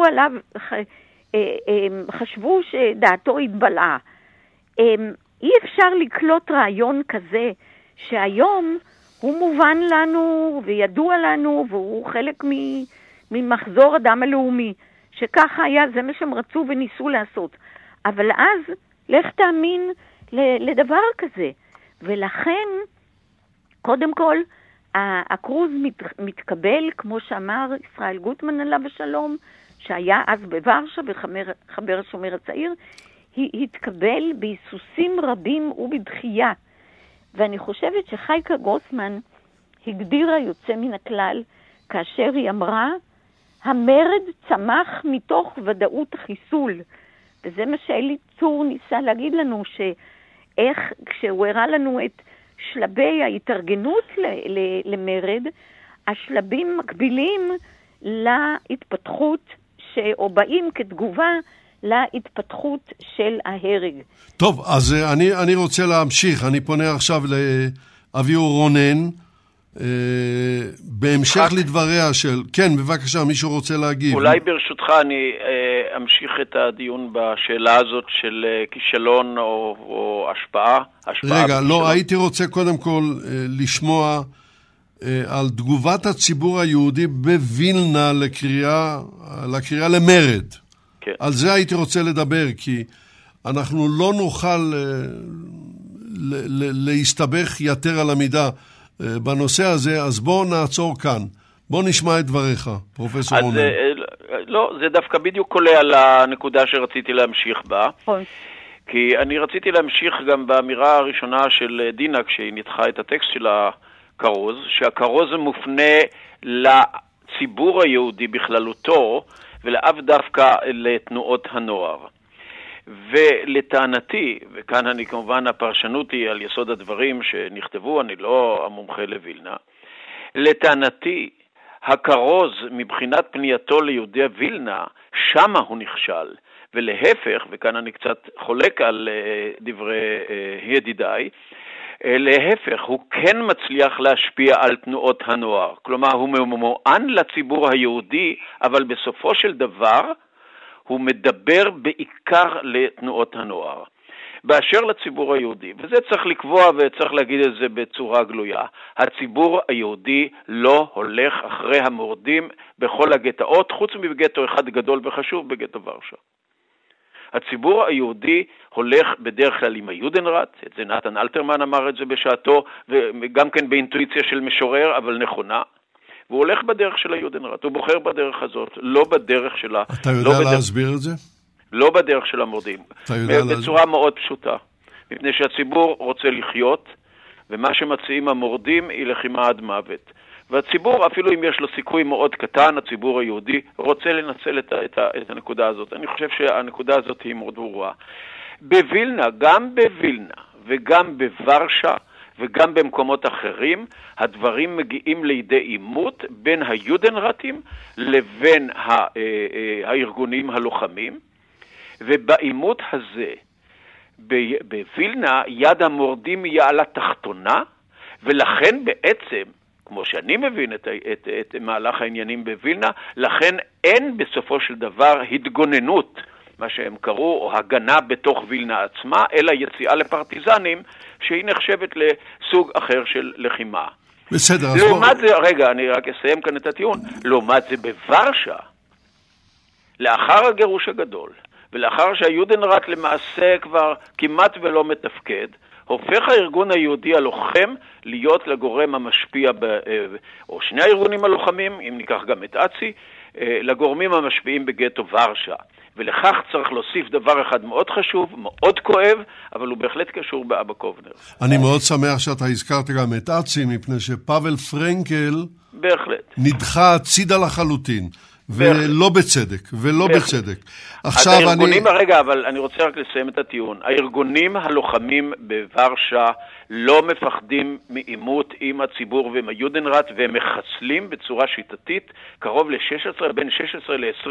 חשבו שדעתו התבלעה. אי אפשר לקלוט רעיון כזה, שהיום הוא מובן לנו וידוע לנו, והוא חלק ממחזור אדם הלאומי, שככה היה, זה מה שהם רצו וניסו לעשות. אבל אז, לך תאמין לדבר כזה. ולכן, קודם כל, הקרוז מתקבל, כמו שאמר ישראל גוטמן עליו השלום, שהיה אז בוורשה וחבר השומר הצעיר, התקבל בהיסוסים רבים ובדחייה. ואני חושבת שחייקה גרוסמן הגדירה יוצא מן הכלל, כאשר היא אמרה, המרד צמח מתוך ודאות החיסול. וזה מה שאלי צור ניסה להגיד לנו, שאיך כשהוא הראה לנו את שלבי ההתארגנות למרד, השלבים מקבילים להתפתחות, או באים כתגובה להתפתחות של ההרג. טוב, אז אני רוצה להמשיך. אני פונה עכשיו לאביהו רונן, בהמשך לדבריה של... כן, בבקשה, מישהו רוצה להגיב. אולי ברשותך אני אמשיך את הדיון בשאלה הזאת של כישלון או השפעה. רגע, לא, הייתי רוצה קודם כל לשמוע על תגובת הציבור היהודי בווילנה לקריאה למרד. כן. על זה הייתי רוצה לדבר, כי אנחנו לא נוכל להסתבך יותר על המידה בנושא הזה, אז בואו נעצור כאן. בואו נשמע את דבריך, פרופסור רונן. לא, זה דווקא בדיוק קולה על הנקודה שרציתי להמשיך בה. כי אני רציתי להמשיך גם באמירה הראשונה של דינה, כשהיא ניתחה את הטקסט של הכרוז, שהכרוז מופנה לציבור היהודי בכללותו, ולאו דווקא לתנועות הנוער. ולטענתי, וכאן אני כמובן הפרשנות היא על יסוד הדברים שנכתבו, אני לא המומחה לווילנה, לטענתי הכרוז מבחינת פנייתו ליהודי וילנה, שמה הוא נכשל, ולהפך, וכאן אני קצת חולק על דברי ידידיי, להפך, הוא כן מצליח להשפיע על תנועות הנוער. כלומר, הוא ממוען לציבור היהודי, אבל בסופו של דבר הוא מדבר בעיקר לתנועות הנוער. באשר לציבור היהודי, וזה צריך לקבוע וצריך להגיד את זה בצורה גלויה, הציבור היהודי לא הולך אחרי המורדים בכל הגטאות, חוץ מבגטו אחד גדול וחשוב, בגטו ורשה. הציבור היהודי הולך בדרך כלל עם היודנראט, את זה נתן אלתרמן אמר את זה בשעתו, וגם כן באינטואיציה של משורר, אבל נכונה, והוא הולך בדרך של היודנראט, הוא בוחר בדרך הזאת, לא בדרך שלה. אתה יודע להסביר את זה? לא בדרך של המורדים, בצורה מאוד פשוטה, מפני שהציבור רוצה לחיות, ומה שמציעים המורדים היא לחימה עד מוות. והציבור, אפילו אם יש לו סיכוי מאוד קטן, הציבור היהודי רוצה לנצל את הנקודה הזאת. אני חושב שהנקודה הזאת היא מאוד ברורה. בווילנה, גם בווילנה וגם בוורשה וגם במקומות אחרים, הדברים מגיעים לידי עימות בין היודנרטים לבין הארגונים הלוחמים, ובעימות הזה, בווילנה, יד המורדים היא על התחתונה, ולכן בעצם, כמו שאני מבין את מהלך העניינים בווילנה, לכן אין בסופו של דבר התגוננות, מה שהם קראו, או הגנה בתוך וילנה עצמה, אלא יציאה לפרטיזנים, שהיא נחשבת לסוג אחר של לחימה. בסדר, לעומת זה, רגע, אני רק אסיים כאן את הטיעון, לעומת זה בוורשה, לאחר הגירוש הגדול, ולאחר שהיודנראט למעשה כבר כמעט ולא מתפקד, הופך הארגון היהודי הלוחם להיות לגורם המשפיע, או שני הארגונים הלוחמים, אם ניקח גם את אצי, לגורמים המשפיעים בגטו ורשה. ולכך צריך להוסיף דבר אחד מאוד חשוב, מאוד כואב, אבל הוא בהחלט קשור באבא קובנר. אני מאוד שמח שאתה הזכרת גם את אצי, מפני שפאבל פרנקל בהחלט נדחה הצידה לחלוטין. ולא בצדק, ולא בצדק. עכשיו הארגונים, רגע, אבל אני רוצה רק לסיים את הטיעון. הארגונים הלוחמים בוורשה לא מפחדים מעימות עם הציבור ועם היודנראט, והם מחסלים בצורה שיטתית קרוב ל-16, בין 16 ל-20,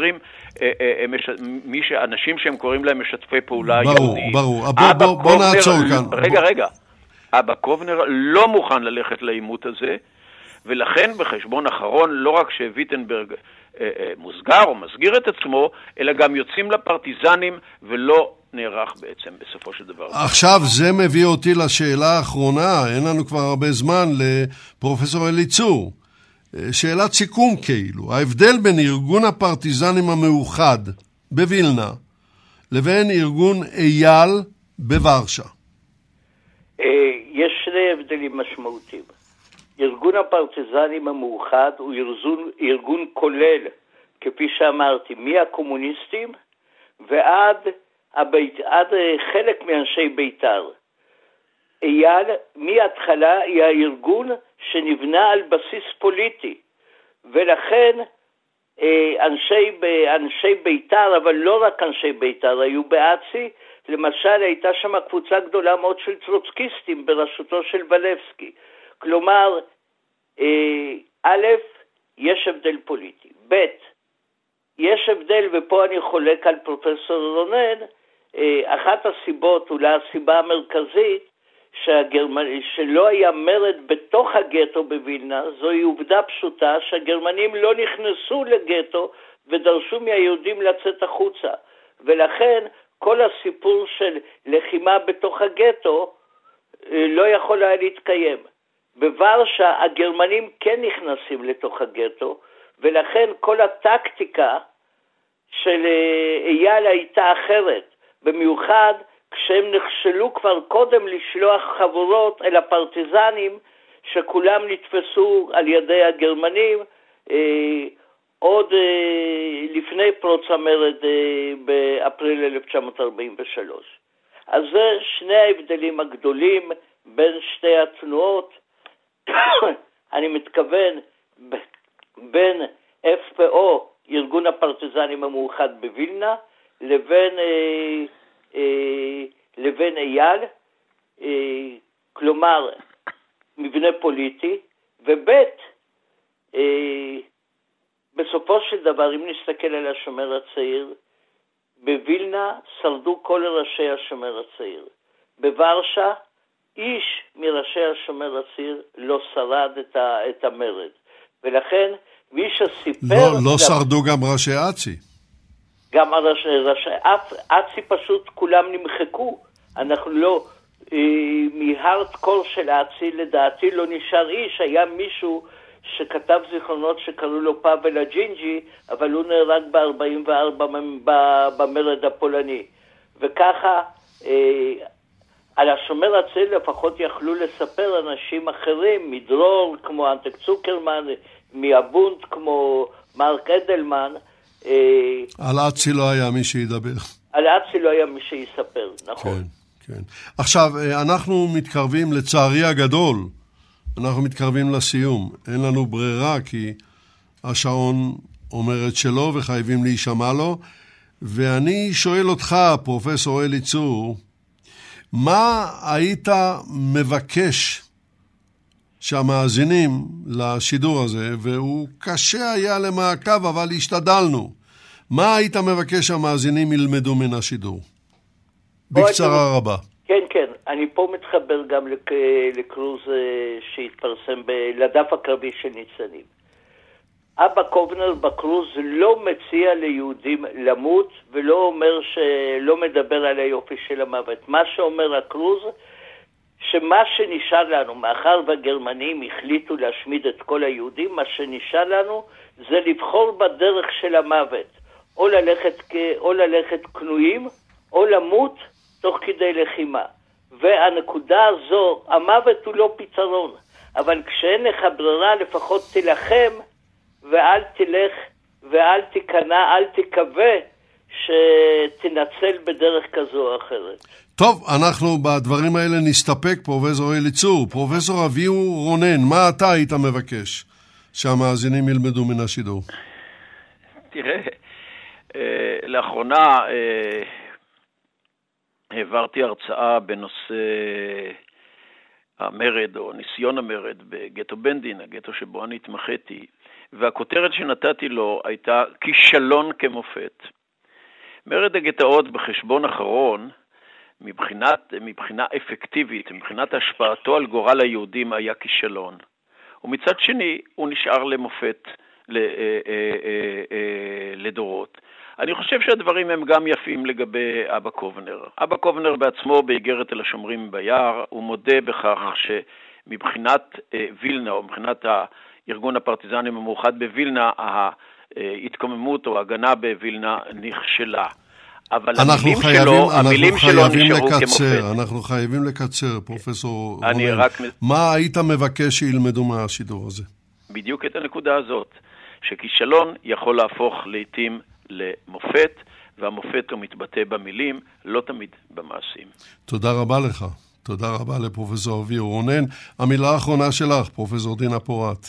אנשים שהם קוראים להם משתפי פעולה יהודיים. ברור, ברור. בוא נעצור כאן. רגע. אבא קובנר לא מוכן ללכת לעימות הזה, ולכן בחשבון אחרון, לא רק שוויטנברג מוסגר או מסגיר את עצמו, אלא גם יוצאים לפרטיזנים ולא נערך בעצם בסופו של דבר. עכשיו זה מביא אותי לשאלה האחרונה, אין לנו כבר הרבה זמן, לפרופסור אליצור. שאלת סיכום כאילו, ההבדל בין ארגון הפרטיזנים המאוחד בווילנה לבין ארגון אייל בוורשה. יש שני הבדלים משמעותיים. ארגון הפרטיזנים המאוחד הוא ארגון כולל, כפי שאמרתי, מהקומוניסטים ועד חלק מאנשי בית"ר. אייל מההתחלה היא הארגון שנבנה על בסיס פוליטי, ולכן אנשי בית"ר, אבל לא רק אנשי בית"ר, היו באצי. למשל הייתה שם קבוצה גדולה מאוד של טרוצקיסטים בראשותו של ולבסקי. כלומר, א', יש הבדל פוליטי. ב', יש הבדל, ופה אני חולק על פרופסור רונן, אחת הסיבות, אולי הסיבה המרכזית, שלא היה מרד בתוך הגטו בווילנה, זוהי עובדה פשוטה שהגרמנים לא נכנסו לגטו ודרשו מהיהודים לצאת החוצה. ולכן כל הסיפור של לחימה בתוך הגטו לא יכול היה להתקיים. בוורשה הגרמנים כן נכנסים לתוך הגטו, ולכן כל הטקטיקה של אייל הייתה אחרת, במיוחד כשהם נכשלו כבר קודם לשלוח חבורות אל הפרטיזנים, שכולם נתפסו על ידי הגרמנים עוד לפני פרוץ המרד באפריל 1943. אז זה שני ההבדלים הגדולים בין שתי התנועות. אני מתכוון בין FPO, ארגון הפרטיזנים המאוחד בווילנה, לבין אייל, כלומר מבנה פוליטי, ובית, בסופו של דבר, אם נסתכל על השומר הצעיר, בווילנה שרדו כל ראשי השומר הצעיר. בוורשה, איש מראשי השומר הצעיר לא שרד את המרד. ולכן, מי שסיפר... לא שרדו גם ראשי אצי. גם ראשי אצי פשוט כולם נמחקו. אנחנו לא... מהארדקור של אצי, לדעתי לא נשאר איש. היה מישהו שכתב זיכרונות שקראו לו פאבל הג'ינג'י, אבל הוא נהרג ב-44 במרד הפולני. וככה... על השומר הצעיר לפחות יכלו לספר אנשים אחרים, מדרור כמו אנטק צוקרמן, מהבונד כמו מרק אדלמן. על אצי לא היה מי שידבר. על אצי לא היה מי שיספר, נכון. כן. עכשיו, אנחנו מתקרבים, לצערי הגדול, אנחנו מתקרבים לסיום. אין לנו ברירה, כי השעון אומרת שלא, וחייבים להישמע לו. ואני שואל אותך, פרופסור אליצור, מה היית מבקש שהמאזינים לשידור הזה, והוא קשה היה למעקב, אבל השתדלנו, מה היית מבקש שהמאזינים ילמדו מן השידור? בקצרה רבה. כן, כן. אני פה מתחבר גם לקרוז שהתפרסם לדף הקרבי של ניצנים. אבא קובנר בקרוז לא מציע ליהודים למות, ולא אומר שלא מדבר על היופי של המוות. מה שאומר הקרוז, שמה שנשאר לנו, מאחר והגרמנים החליטו להשמיד את כל היהודים, מה שנשאר לנו זה לבחור בדרך של המוות. או ללכת כנועים, או למות תוך כדי לחימה. והנקודה הזו, המוות הוא לא פתרון. אבל כשאין לך ברירה, לפחות תלחם, ואל תלך, ואל תיכנע, אל תקווה שתנצל בדרך כזו או אחרת. טוב, אנחנו בדברים האלה נסתפק, פרופסור אליצור. פרופסור אביהו רונן, מה אתה היית מבקש שהמאזינים ילמדו מן השידור? תראה, לאחרונה העברתי הרצאה בנושא המרד או ניסיון המרד בגטו בנדין, הגטו שבו אני התמחיתי, והכותרת שנתתי לו הייתה כישלון כמופת. מרד הגטאות בחשבון אחרון, מבחינה אפקטיבית, מבחינת השפעתו על גורל היהודים היה כישלון. ומצד שני הוא נשאר למופת לדורות. אני חושב שהדברים הם גם יפים לגבי אבא קובנר. אבא קובנר בעצמו באיגרת אל השומרים ביער, הוא מודה בכך שמבחינת וילנה, או מבחינת הארגון הפרטיזנים המאוחד בווילנה, ההתקוממות או ההגנה בווילנה נכשלה. אבל המילים שלו נשארו כמופת. אנחנו חייבים לקצר, פרופסור רונן. מה היית מבקש שילמדו מהשידור הזה? בדיוק את הנקודה הזאת, שכישלון יכול להפוך לעתים למופת, והמופת הוא מתבטא במילים, לא תמיד במעשים. תודה רבה לך. תודה רבה לפרופסור אביהו רונן. המילה האחרונה שלך, פרופסור דינה פורת.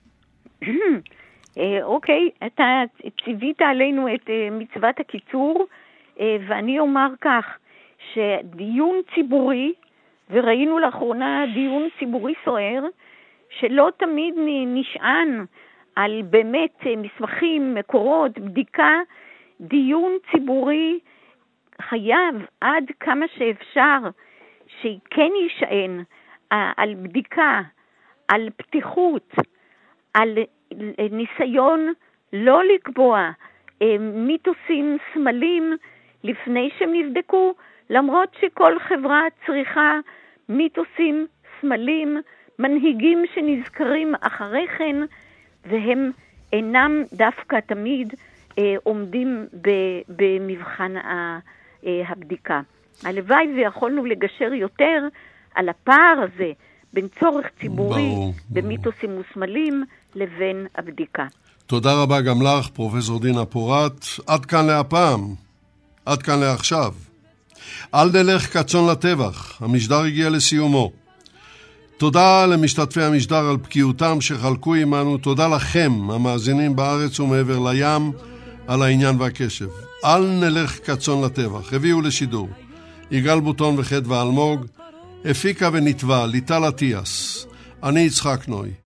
אוקיי, אתה ציווית עלינו את מצוות הקיצור, ואני אומר כך, שדיון ציבורי, וראינו לאחרונה דיון ציבורי סוער, שלא תמיד נשען על באמת מסמכים, מקורות, בדיקה, דיון ציבורי חייב עד כמה שאפשר שכן יישען על בדיקה, על פתיחות, על ניסיון לא לקבוע מיתוסים סמלים לפני שהם נבדקו, למרות שכל חברה צריכה מיתוסים, סמלים, מנהיגים שנזכרים אחרי כן, והם אינם דווקא תמיד עומדים במבחן הבדיקה. הלוואי ויכולנו לגשר יותר על הפער הזה בין צורך ציבורי במיתוסים וסמלים לבין הבדיקה. תודה רבה גם לך, פרופסור דינה פורת. עד כאן להפעם, עד כאן לעכשיו. אל נלך כצאן לטבח, המשדר הגיע לסיומו. תודה למשתתפי המשדר על בקיאותם שחלקו עמנו, תודה לכם, המאזינים בארץ ומעבר לים, על העניין והקשב. אל נלך כצאן לטבח, הביאו לשידור יגאל בוטון וחדווה אלמוג, הפיקה ונטבע ליטל אטיאס, אני יצחק נוי.